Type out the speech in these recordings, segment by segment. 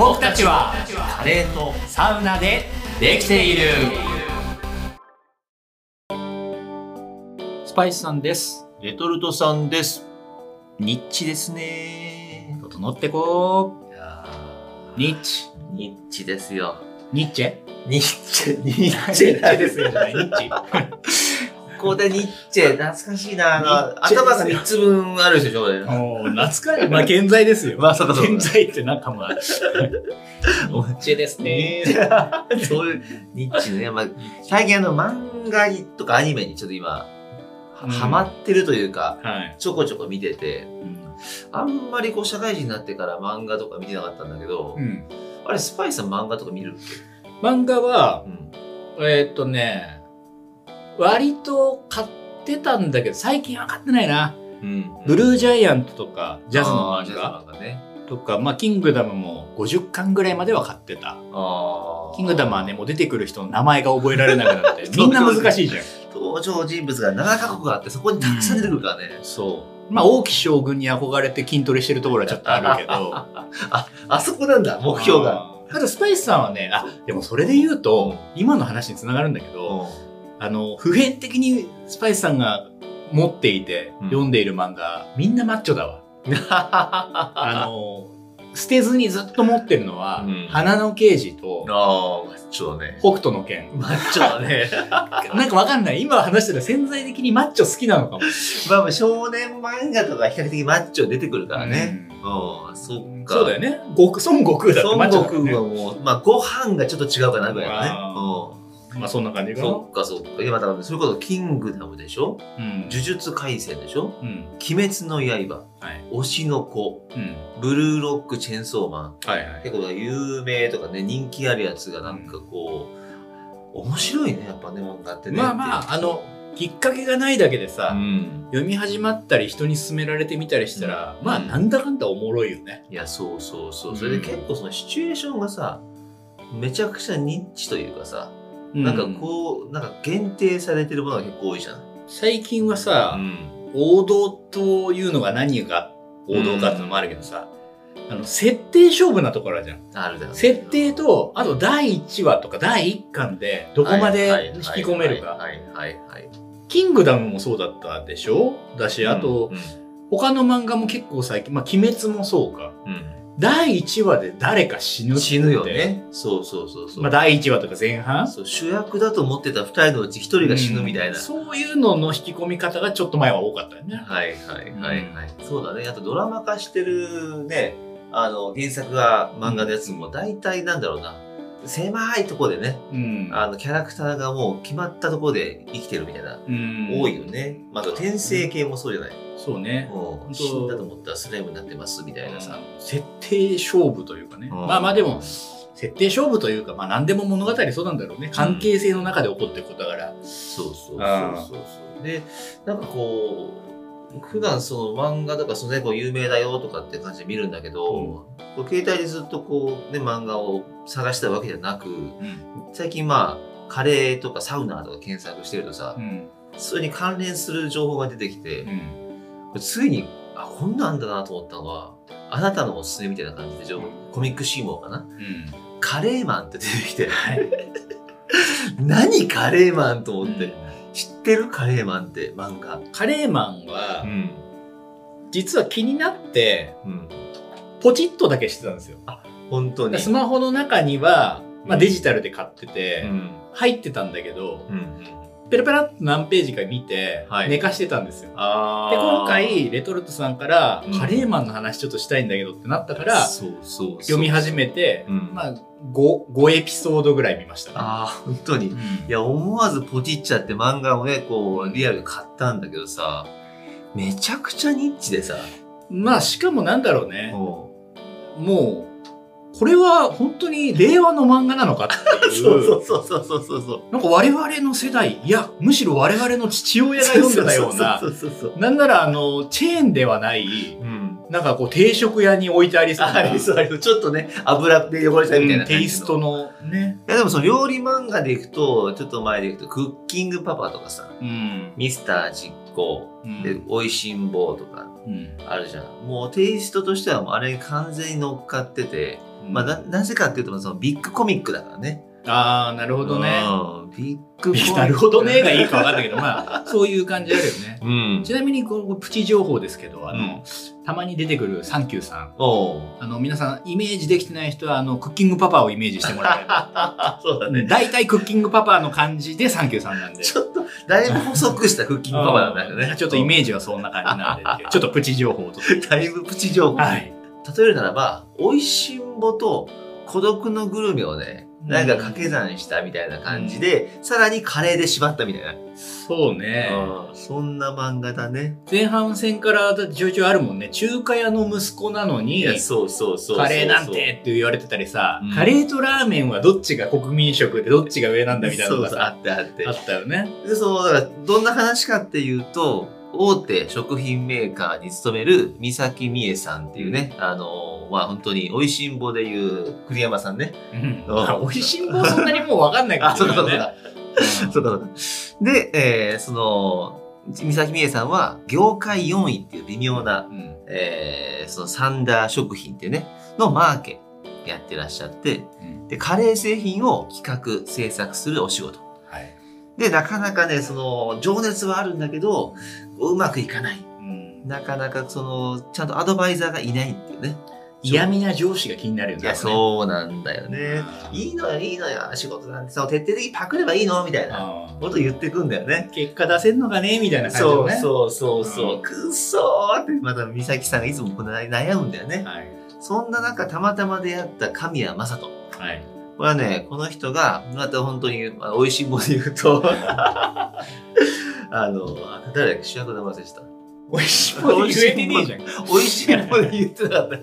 僕たちはカレーとサウナでできている。スパイスさんです。 レトルトさんです。ニッチですね。 整ってこいやー。ニッチ。 ニッチですよ。 ニッチェニッチェ、ニニッチェですよじゃない、ニッチ。 ここでニッチェ、懐かしいな。頭が3つ分あるでしょ、ね。 もう懐かしい。まあ健在ですよ。 まあそうかそうか。 健在ってなんかまあ。ニッチェですね。 そういうニッチね。まあ、最近漫画とかアニメにちょっと今、ハマってるというか、 はい。 ちょこちょこ見てて、あんまりこう社会人になってから漫画とか見てなかったんだけど、あれスパイスさん漫画とか見るっけ？ 漫画は、割と買ってたんだけど、最近は買ってないな。ブルージャイアントとか、ジャズの漫画ね。 とか、まあ、キングダムも50巻ぐらいまでは買ってた。キングダムはね、もう出てくる人の名前が覚えられなくなって、みんな難しいじゃん。 登場人物が7カ国あって、そこにたくさん出てくるからね。 そう。まあ、王毅将軍に憧れて筋トレしてるところはちょっとあるけど。 あそこなんだ、目標が。 あと、スパイスさんはね、でもそれで言うと、今の話につながるんだけど、普遍的にスパイスさんが持っていて、読んでいる漫画、みんなマッチョだわ。捨てずにずっと持ってるのは、花の刑事と、 マッチョだね。 北斗の拳。 マッチョだね。 なんかわかんない。今話してたら潜在的にマッチョ好きなのかも。 まあ、少年漫画とか比較的マッチョ出てくるからね。そっか。 そうだよね。孫悟空だってマッチョだよね。 孫悟空はもう、まあ、ご飯がちょっと違うかなぐらいだね。 まあそんな感じかな。 そっかそっか。今だからそれこそキングダムでしょ、呪術廻戦でしょ、鬼滅の刃、推しの子、ブルーロックチェンソーマン、結構有名とかね、人気あるやつがなんかこう、面白いね、やっぱね、漫画ってね。 まあまあ、きっかけがないだけでさ、読み始まったり人に勧められてみたりしたら、まあなんだかんだおもろいよね。 いや、そうそうそう。それで結構そのシチュエーションがさ、めちゃくちゃニッチというかさ、なんかこう、なんか限定されてるものが結構多いじゃん。 最近はさ、王道というのが何が王道かっていうのもあるけどさ、設定勝負なところあるじゃん。 あるだよね。 設定と、あと第1話とか第1巻でどこまで引き込めるか。キングダムもそうだったでしょだし、あと、他の漫画も結構最近、まあ、鬼滅もそうか。第1話で誰か死ぬよね。そうそうそうそう。 まあ第1話とか前半そう、主役だと思ってた2人のうち1人が死ぬみたいな。 そういうのの引き込み方がちょっと前は多かったよね。 はいはいはいはい。そうだね。あとドラマ化してるね、原作が漫画のやつも大体なんだろうな。狭いところでね、キャラクターがもう決まったところで生きてるみたいな、多いよね。あと転生系もそうじゃない。 そうね。 死んだと思ったらスライムになってますみたいなさ。 設定勝負というかね。まあまあでも、設定勝負というか、まあ何でも物語そうなんだろうね。関係性の中で起こっていくことだから。 そうそうそうそう。で、なんかこう、普段その漫画とかそのね、こう有名だよとかって感じで見るんだけど、こう携帯でずっとこうね、漫画を探したわけじゃなく、最近まあ、カレーとかサウナとか検索してるとさ、それに関連する情報が出てきて、ついに、こんなんだなと思ったのは、あなたのおすすめみたいな感じで、コミックシーモアかな、カレーマンって出てきて、何カレーマンと思って。知ってるカレーマンって漫画。 カレーマンは、実は気になって、ポチッとだけしてたんですよ。 本当に。 スマホの中には、まあデジタルで買ってて、入ってたんだけど、ペラペラっと何ページか見て、寝かしてたんですよ。で、今回、レトルトさんから、カレーマンの話ちょっとしたいんだけどってなったから、読み始めて、まあ、5エピソードぐらい見ましたね。 本当に。いや、思わずポチっちゃって漫画をね、こう、リアルで買ったんだけどさ、めちゃくちゃニッチでさ。 まあ、しかもなんだろうね。もう、これは本当に令和の漫画なのかっていう。 そう。 なんか我々の世代、いや、むしろ我々の父親が読んでたような、なんならチェーンではない、なんかこう定食屋に置いてありそうな。 ちょっとね、油で汚れたみたいなテイストのね。 いやでもその料理漫画でいくと、ちょっと前でいくと、クッキングパパとかさ、ミスター実行、で、おいしん坊とか、あるじゃん。もうテイストとしてはもうあれに完全に乗っかってて、 まあなぜかっていうと、そのビッグコミックだからね。 ああ、なるほどね。 ビッグコミック。 なるほどねがいいか分かんないけど、まあ、そういう感じあるよね。ちなみに、このプチ情報ですけど、たまに出てくるサンキューさん。皆さん、イメージできてない人は、クッキングパパをイメージしてもらえる。そうだね。大体クッキングパパの感じでサンキューさんなんで。 ちょっと、だいぶ細くしたクッキングパパなんだよね。 ちょっとイメージはそんな感じなんで、ちょっとプチ情報をと。 だいぶプチ情報。はい。例えるならば、美味しんぼと孤独のグルメをね、なんか掛け算したみたいな感じで、さらにカレーで縛ったみたいな。 そうね。 そんな漫画だね。 前半戦からちょいちょいあるもんね。中華屋の息子なのに、 そうそうそう。 カレーなんてって言われてたりさ、カレーとラーメンはどっちが国民食でどっちが上なんだみたいなのがさ、 あってあって。 あったよね。 で、だからどんな話かっていうと、大手食品メーカーに勤める三崎美恵さんっていうね、まあ本当に美味しんぼでいう栗山さんね。 美味しんぼそんなにもうわかんないからね。 そうか。で、三崎美恵さんは業界4位っていう微妙な、そのサンダー食品っていうね、のマーケやってらっしゃって、で、カレー製品を企画、制作するお仕事。で、なかなかね、情熱はあるんだけど、うまくいかない。なかなか、ちゃんとアドバイザーがいないっていうね。 嫌味な上司が気になるよね。 いや、そうなんだよね。いいのよ、仕事なんて、徹底的にパクればいいのみたいなこと言ってくんだよね。 結果出せんのかねみたいな感じでね。 そう。くっそーって、また美咲さんがいつも悩むんだよね。そんな中、たまたま出会った神谷正人。これはね、この人が、また本当に、美味しいもので言うと、誰だっけ、主役の忘れした。 美味しいもの言えてねえじゃん。 美味しいもの言ってなかった。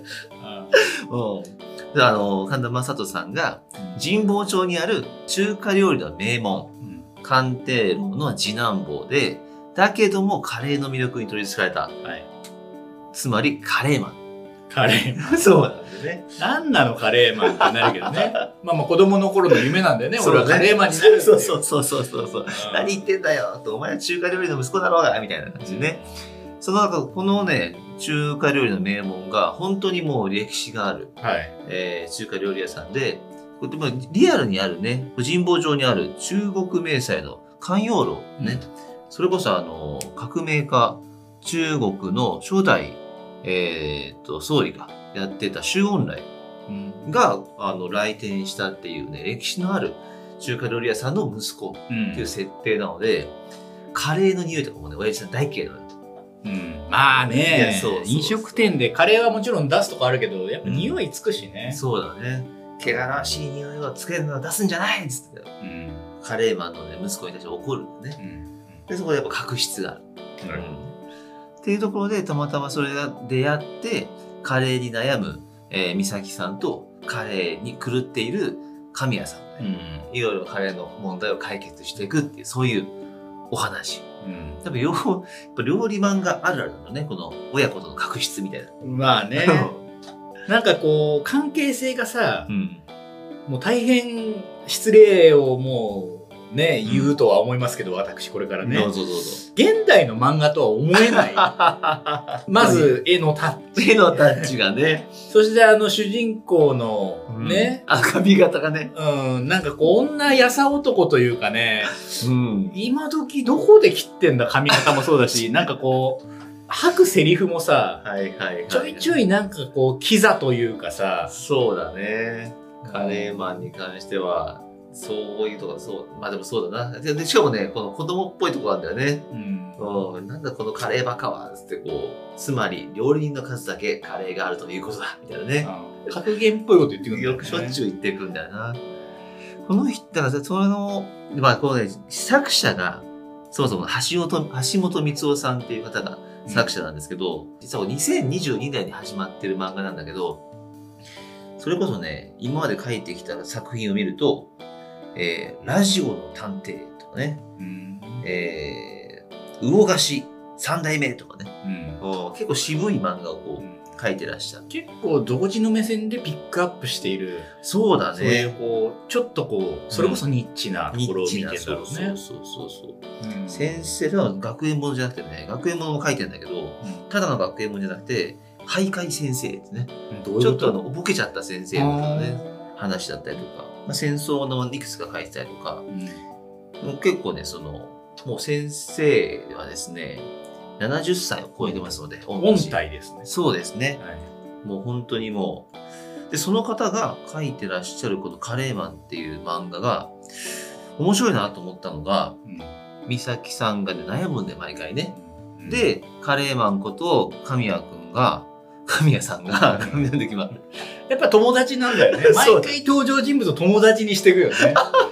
神田正人さんが、神保町にある中華料理の名門、関帝楼の次男坊で、だけどもカレーの魅力に取り憑かれた。つまり、カレーマン。 カレーマン。 そうなんだよね。 何なのカレーマンってなるけどね。まあ子供の頃の夢なんだよね。俺はカレーマンになる。 そう。何言ってんだよと、お前は中華料理の息子だろうがみたいな感じでね。このね、中華料理の名門が本当にもう歴史がある、中華料理屋さんで、リアルにあるね、神保町にある中国名菜の寛陽楼ね、それこそ革命家、中国の初代、総理がやってた周恩来が、来店したっていうね、歴史のある中華料理屋さんの息子っていう設定なので、カレーの匂いとかもね、親父さん大嫌いなのよ。 まあね、飲食店でカレーはもちろん出すとこあるけど、やっぱ匂いつくしね。 そうだね。汚らしい匂いをつけるのは出すんじゃないっつって、カレーマンのね、息子に対して怒るんだね。で、そこでやっぱ確執がある。っていうところで、たまたまそれが出会って、カレーに悩む、美咲さんと、カレーに狂っている神谷さんがね、いろいろカレーの問題を解決していくっていう、そういうお話。多分料理漫画あるあるなんだね、この親子との確執みたいな。 まあね。なんかこう、関係性がさ、もう大変失礼をもうね、言うとは思いますけど、私これからね。 どうぞ。 現代の漫画とは思えない。まず、絵のタッチ。 絵のタッチがね。 そして主人公のね。 髪型がね。 なんかこう、女やさ男というかね。今時どこで切ってんだ髪型もそうだし、なんかこう、吐くセリフもさ、ちょいちょいなんかこう、キザというかさ。 そうだね。カレーマンに関しては、そういうとこまあでもそうだな。でしかもね、この子供っぽいとこあるんだよね。なんだこのカレーバカはつってこう、つまり料理人の数だけカレーがあるということだみたいなね。 格言っぽいこと言ってくるんだよね。 よくしょっちゅう言ってくんだよな。この人、だからまあこのね、作者が、そもそも橋本光夫さんっていう方が作者なんですけど、実は2022年に始まってる漫画なんだけど、それこそね、今まで書いてきた作品を見ると、ラジオの探偵とかね、魚菓子三代目とかね、結構渋い漫画をこう書いてらっしゃる。 結構独自の目線でピックアップしている。 そうだね。 そういうこう、ちょっとこう、それこそニッチなところを見てるんだろうね。 そう。先生は学園ものじゃなくてね、学園ものも書いてるんだけど、ただの学園ものじゃなくて、 徘徊先生ですね。 どういうこと？ ちょっとおぼけちゃった先生のね、話だったりとか、戦争のいくつか書いてたりとか、結構ね、もう先生はですね、70歳を超えてますので、 御体ですね。 そうですね。もう本当にもう。で、その方が書いてらっしゃるこのカレーマンっていう漫画が、面白いなと思ったのが、美咲さんがね、悩むんで、毎回ね。で、カレーマンこと神谷さんが、神谷決まる。 やっぱ友達なんだよね。毎回登場人物を友達にしていくよね。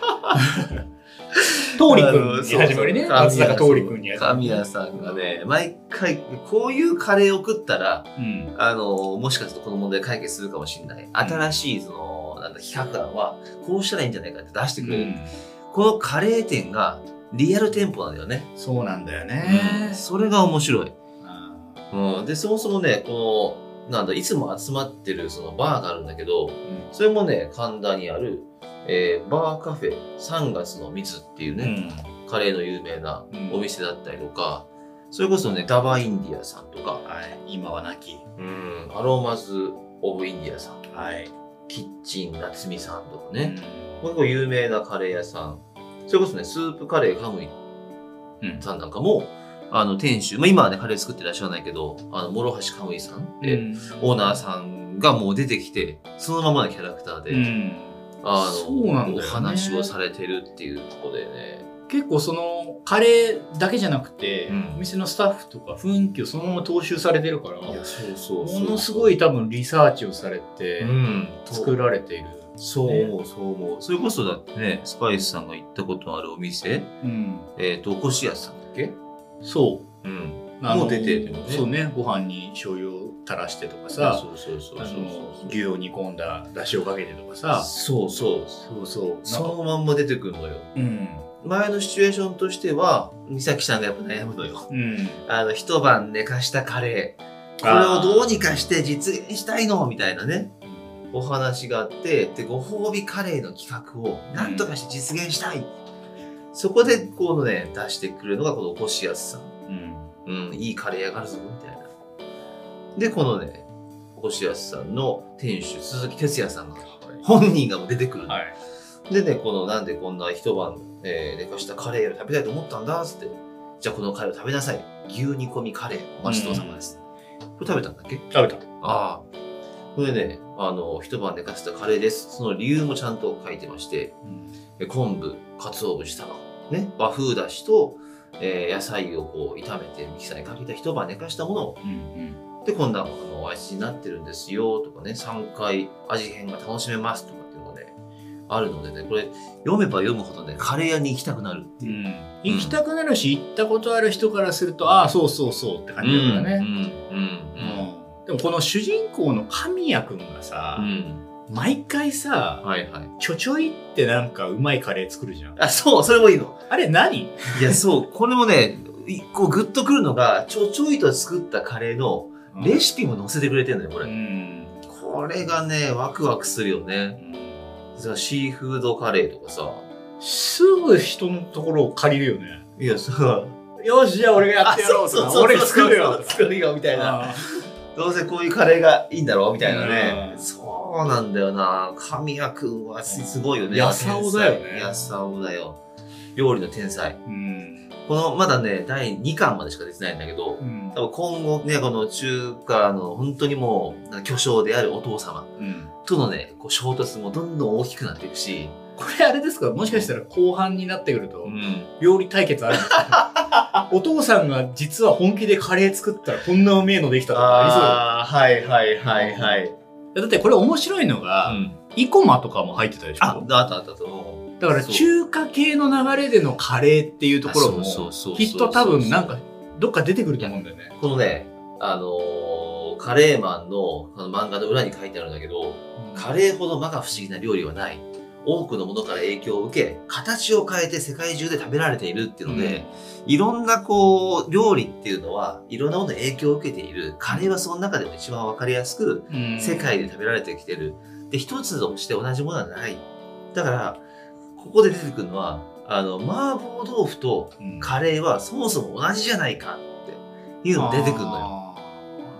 桃李君に始まりね。松坂桃李君に始まり。 神谷さんがね、毎回、こういうカレーを食ったら、もしかするとこの問題解決するかもしれない。新しい、企画案は、こうしたらいいんじゃないかって出してくれる。このカレー店が、リアル店舗なんだよね。 そうなんだよね。 それが面白い。で、そもそもね、いつも集まってるバーがあるんだけど、それもね、神田にある、バーカフェ3月の蜜っていうね、カレーの有名なお店だったりとか、それこそね、ダバインディアさんとか、 今はなき。 アロマズ・オブ・インディアさん、 はいキッチン夏美さんとかね、結構有名なカレー屋さん、それこそね、スープカレーカムイさんなんかも、店主、今はね、カレー作ってらっしゃらないけど、諸橋カムイさんって、オーナーさんがもう出てきて、そのままのキャラクターで、お話をされてるっていうところでね。 結構カレーだけじゃなくて、お店のスタッフとか雰囲気をそのまま踏襲されてるから、ものすごい多分リサーチをされて、作られている。 そう思う。それこそだってね、スパイスさんが行ったことのあるお店、おこしやすさんだっけ？ そう。 もう出てるよね。 そうね、ご飯に醤油を垂らしてとかさ、牛を煮込んだ出汁をかけてとかさ。 そのまんま出てくるのよ。前のシチュエーションとしては、美咲さんがやっぱ悩むのよ。一晩寝かしたカレー。これをどうにかして実現したいのみたいなね。お話があって、で、ご褒美カレーの企画を何とかして実現したい。そこで、出してくれるのがこのおこしやすさん。いいカレー屋があるぞ、みたいな。で、このね、おこしやすさんの店主、鈴木哲也さんが、本人がもう出てくる。でね、なんでこんな一晩、寝かしたカレーを食べたいと思ったんだ、つって。じゃあこのカレーを食べなさい。牛煮込みカレー、お待ちどうさまです。これ食べたんだっけ？ 食べた。 ああ。これね、一晩寝かしたカレーです。その理由もちゃんと書いてまして、昆布、鰹節、卵、ね、和風だしと、野菜を炒めてミキサーにかけた一晩寝かしたものを、で、こんなお味になってるんですよ、とかね、3回味変が楽しめますとかっていうのがね、あるのでね、これ読めば読むほどね、カレー屋に行きたくなるっていう。 行きたくなるし、行ったことある人からすると、ああ、そうそうそうって感じだからね。でもこの主人公の神谷くんがさ、毎回さ、ちょちょいってなんかうまいカレー作るじゃん。 あ、そう、それもいいの。 あれ何？ いや、そう、これもね、グッとくるのが、ちょちょいと作ったカレーのレシピも載せてくれてるのよ、これ。これがね、ワクワクするよね。シーフードカレーとかさ。 すぐ人のところを借りるよね。 いや、そう。 よし、じゃあ俺がやってやろうとか。俺作るよ。 作るよ、みたいな。どうせこういうカレーがいいんだろうみたいなね。そうなんだよな。神谷くんはすごいよね。 やさおだよね。 やさおだよ。料理の天才。この、まだね、第2巻までしか出てないんだけど、多分今後ね、この中華の本当にもう巨匠であるお父様とのね、衝突もどんどん大きくなっていくし、 これあれですか？もしかしたら後半になってくると、料理対決あるんですか？お父さんが実は本気でカレー作ったらこんなうめえのできたとかありそう。はい。 だってこれ面白いのが、生駒とかも入ってたでしょ？ あったと。 だから中華系の流れでのカレーっていうところも、きっと多分なんかどっか出てくると思うんだよね。 このね、カレーマンの漫画の裏に書いてあるんだけど、カレーほど摩訶不思議な料理はない。多くのものから影響を受け、形を変えて世界中で食べられているっていうので、いろんな料理っていうのは、いろんなものに影響を受けている。カレーはその中でも一番わかりやすく、世界で食べられてきてる。で、一つとして同じものはない。だから、ここで出てくるのは、麻婆豆腐とカレーはそもそも同じじゃないかっていうのが出てくるのよ。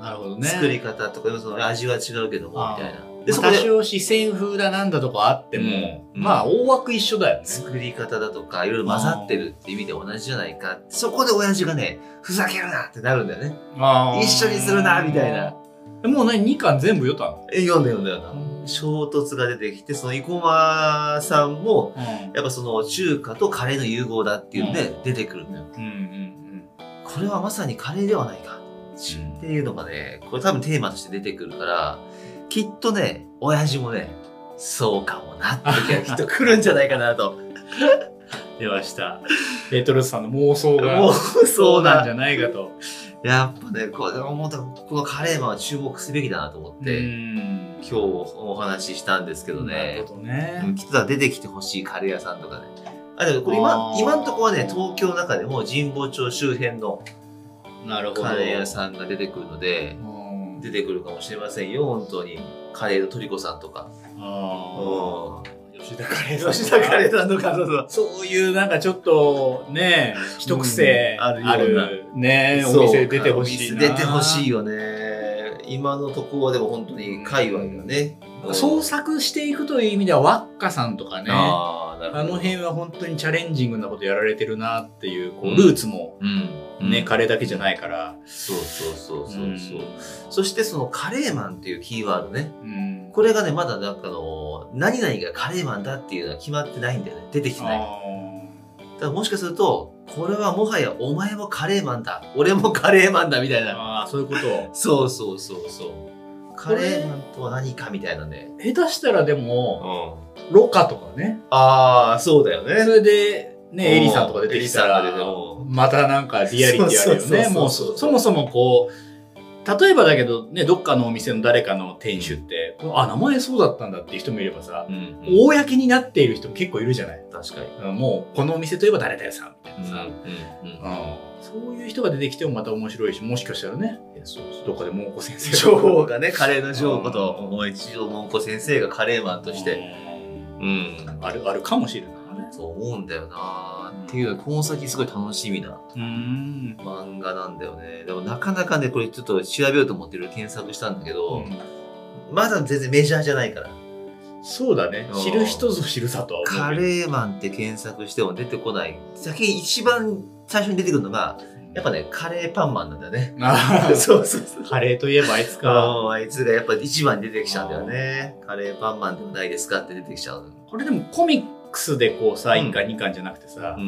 なるほどね。 作り方とか、その味は違うけども、みたいな。 で、多少四川風だなんだとかあっても、まあ、大枠一緒だよね。 作り方だとか、いろいろ混ざってるって意味で同じじゃないか。そこで親父がね、ふざけるなってなるんだよね。一緒にするな、みたいな。 もう2巻全部読んだの？ 読んだ。衝突が出てきて、その生駒さんも、やっぱその中華とカレーの融合だっていうんで出てくるんだよ。これはまさにカレーではないかっていうのがね、これ多分テーマとして出てくるから、きっとね、親父もね、そうかもなって時はきっと来るんじゃないかなと。 出ました。レトルトさんの妄想がそうなんじゃないかと。 やっぱね、このカレーマンは注目すべきだなと思って、今日お話ししたんですけどね。 なるほどね。 きっと出てきてほしいカレー屋さんとかね。でもこれ今のところはね、東京の中でも神保町周辺のカレー屋さんが出てくるので、出てくるかもしれませんよ、本当に。カレーのトリコさんとか。 吉田カレーさんとか、そういうなんかちょっとね、一癖あるね、お店出てほしいな。 出てほしいよね。今のところはでも本当に界隈がね。 創作していくという意味では、ワッカさんとかね、あの辺は本当にチャレンジングなことやられてるなっていう、こうルーツもね、カレーだけじゃないから。 そう。そしてそのカレーマンっていうキーワードね。これがね、まだなんか何々がカレーマンだっていうのは決まってないんだよね。出てきてない。だからもしかすると、これはもはやお前もカレーマンだ。俺もカレーマンだみたいな。 そういうこと。 そう。カレーマンとは何かみたいなね。 下手したらでも、ロカとかね。 そうだよね。 それで、ね、エリさんとか出てきたら、またなんかリアリティあるよね。もうそもそもこう、例えばだけどね、どっかのお店の誰かの店主って、名前そうだったんだっていう人もいればさ、公になっている人も結構いるじゃない。 確かに。 もう、このお店といえば誰だよさんみたいなさ。そういう人が出てきてもまた面白いし、もしかしたらね、どっかで蒙古先生女王がね、カレーの女王こともう一度蒙古先生がカレーマンとして、 あるかもしれない。 そう思うんだよなっていうのは、この先すごい楽しみな漫画なんだよね。でもなかなかね、これちょっと調べようと思って検索したんだけど、まだ全然メジャーじゃないから。 そうだね。知る人ぞ知るさとは思う。 カレーマンって検索しても出てこない。先に一番最初に出てくるのが、やっぱね、カレーパンマンなんだよね。 そう。カレーといえばあいつか。 あいつがやっぱ一番に出てきちゃうんだよね。カレーパンマンでもないですかって出てきちゃう。 これでもコミックスでこうさ、1巻2巻じゃなくてさ、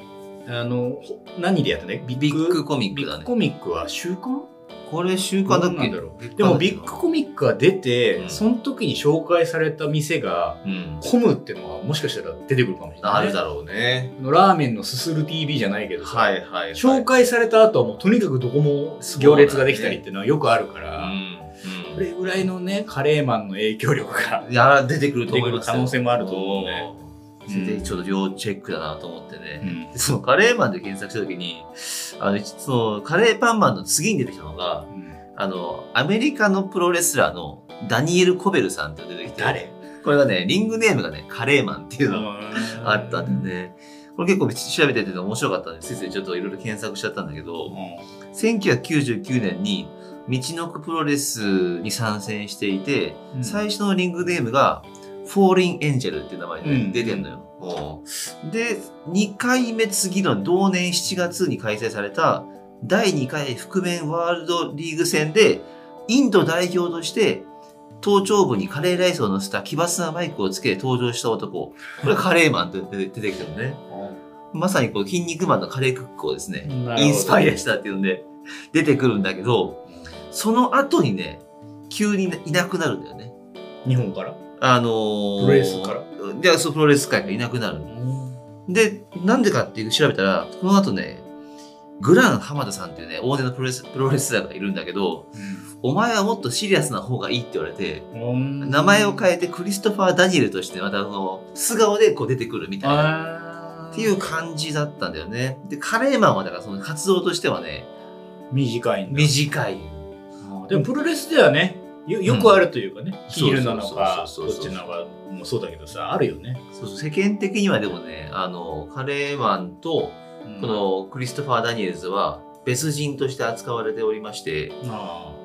何でやったね？ ビッグコミックだね。 ビッグコミックは週刊？ これ週刊だっけ？ でもビッグコミックが出て、その時に紹介された店が、コムっていうのはもしかしたら出てくるかもしれない。 あるだろうね。 ラーメンのすする TV じゃないけどさ、紹介された後はもうとにかくどこも行列ができたりっていうのはよくあるから、これぐらいのね、カレーマンの影響力が出てくると思います。 可能性もあると思うね。 全然ちょっと要チェックだなと思ってね。そのカレーマンで検索した時に、そのカレーパンマンの次に出てきたのが、アメリカのプロレスラーのダニエル・コベルさんって出てきて、 誰？ これがね、リングネームがね、カレーマンっていうのがあったんだよね。これ結構調べてて面白かったんで、先生ちょっといろいろ検索しちゃったんだけど、1999年にみちのくプロレスに参戦していて、最初のリングネームがフォーリンエンジェルっていう名前で出てんのよ。で、2回目次の同年7月に開催された第2回覆面ワールドリーグ戦で、インド代表として頭頂部にカレーライスを乗せた奇抜なマイクをつけて登場した男。これカレーマンって出てきてるね。まさにこう筋肉マンのカレークックをですね、インスパイアしたっていうので出てくるんだけど、その後にね、急にいなくなるんだよね。 日本からプロレスからいや、プロレス界がいなくなる。で、なんでかっていう調べたら、この後ね、グラン浜田さんっていうね、大手のプロレスラーがいるんだけど、お前はもっとシリアスな方がいいって言われて、名前を変えてクリストファー・ダニエルとしてまた素顔でこう出てくるみたいなっていう感じだったんだよね。で、カレーマンはだからその活動としてはね、 短いんだ。 短い。 でもプロレスではね、よくあるというかね、ヒールなのか、どっちなのかもそうだけどさ、あるよね。 世間的にはでもね、カレーマンと、このクリストファー・ダニエルズは別人として扱われておりまして、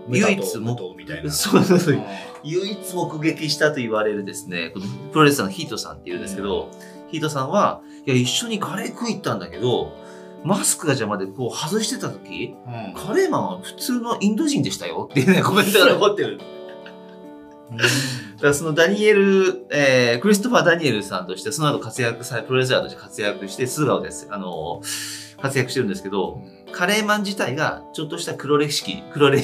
唯一唯一目撃したと言われるですね、このプロレスラーのヒートさんっていうんですけど、ヒートさんは、いや、一緒にカレー食い行ったんだけど、マスクが邪魔でこう外してた時、カレーマンは普通のインド人でしたよっていうね、コメントが残ってる。だからそのクリストファー・ダニエルさんとしてその後プロレスラーとして活躍して素顔です。活躍してるんですけど、カレーマン自体がちょっとした黒歴史。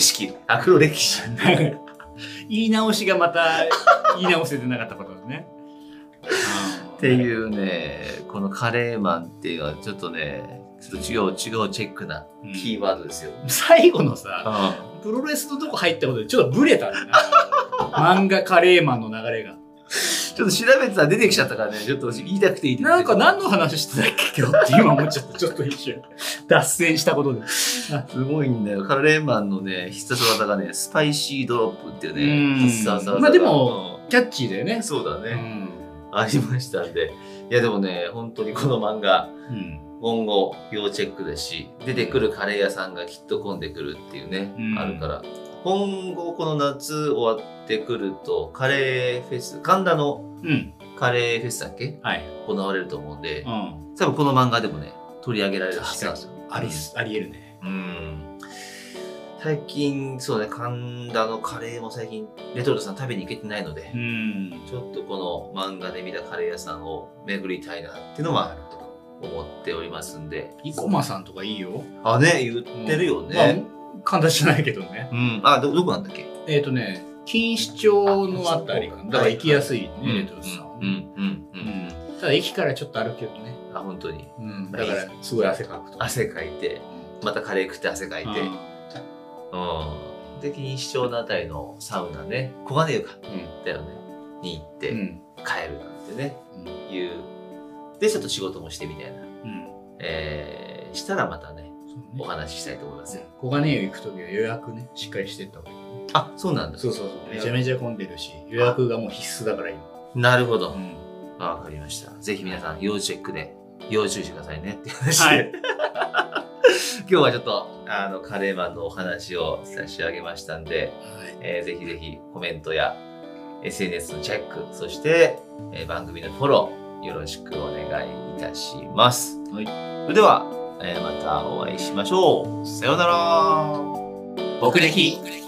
言い直しがまた言い直せてなかったことですね。 っていうね、このカレーマンっていうのはちょっとね、ちょっと違うチェックなキーワードですよ。 最後のさ、プロレスのとこ入ったことでちょっとブレたんだな。漫画カレーマンの流れが。 ちょっと調べてたら出てきちゃったからね、ちょっと言いたくてなんか何の話してたっけ今日って今思っちゃった。ちょっと一瞬。脱線したことで。 すごいんだよ。カレーマンのね、必殺技がね、スパイシードロップっていうね、必殺技。 まあでも、キャッチーだよね。 そうだね。ありましたんで。いやでもね、本当にこの漫画、今後要チェックですし、出てくるカレー屋さんがきっと混んでくるっていうね、あるから。今後この夏終わってくると、カレーフェス、神田のカレーフェスだっけ、行われると思うんで、多分この漫画でもね、取り上げられるはずなんですよ。 ありえるね。 最近、そうね、神田のカレーも最近、レトルトさん食べに行けてないので、ちょっとこの漫画で見たカレー屋さんを巡りたいなっていうのは思っておりますんで。 生駒さんとかいいよ。 あ、ね、言ってるよね。 神田じゃないけどね。 どこなんだっけ？ 錦糸町のあたりかな。だから行きやすいね、レトルトさん。ただ駅からちょっと歩くけどね。 あ、本当に。 だからすごい汗かくと。 汗かいて、またカレー食って汗かいて。で、錦糸町のあたりのサウナね、小金湯か。だよね。に行って、帰るなんてね。で、ちょっと仕事もしてみたいな。したらまたね、お話ししたいと思いますよ。 小金湯行くときは予約ね、しっかりしてった方がいい。 あ、そうなんだ。 そう。めちゃめちゃ混んでるし、予約がもう必須だから今。 なるほど。わかりました。ぜひ皆さん、要チェックで、要注意してくださいねっていう話で。今日はちょっと、カレーマンのお話を差し上げましたんで、ぜひぜひコメントや SNS のチェック、そして、番組のフォロー、よろしくお願いいたします。それでは、またお会いしましょう。さようなら。 僕歴。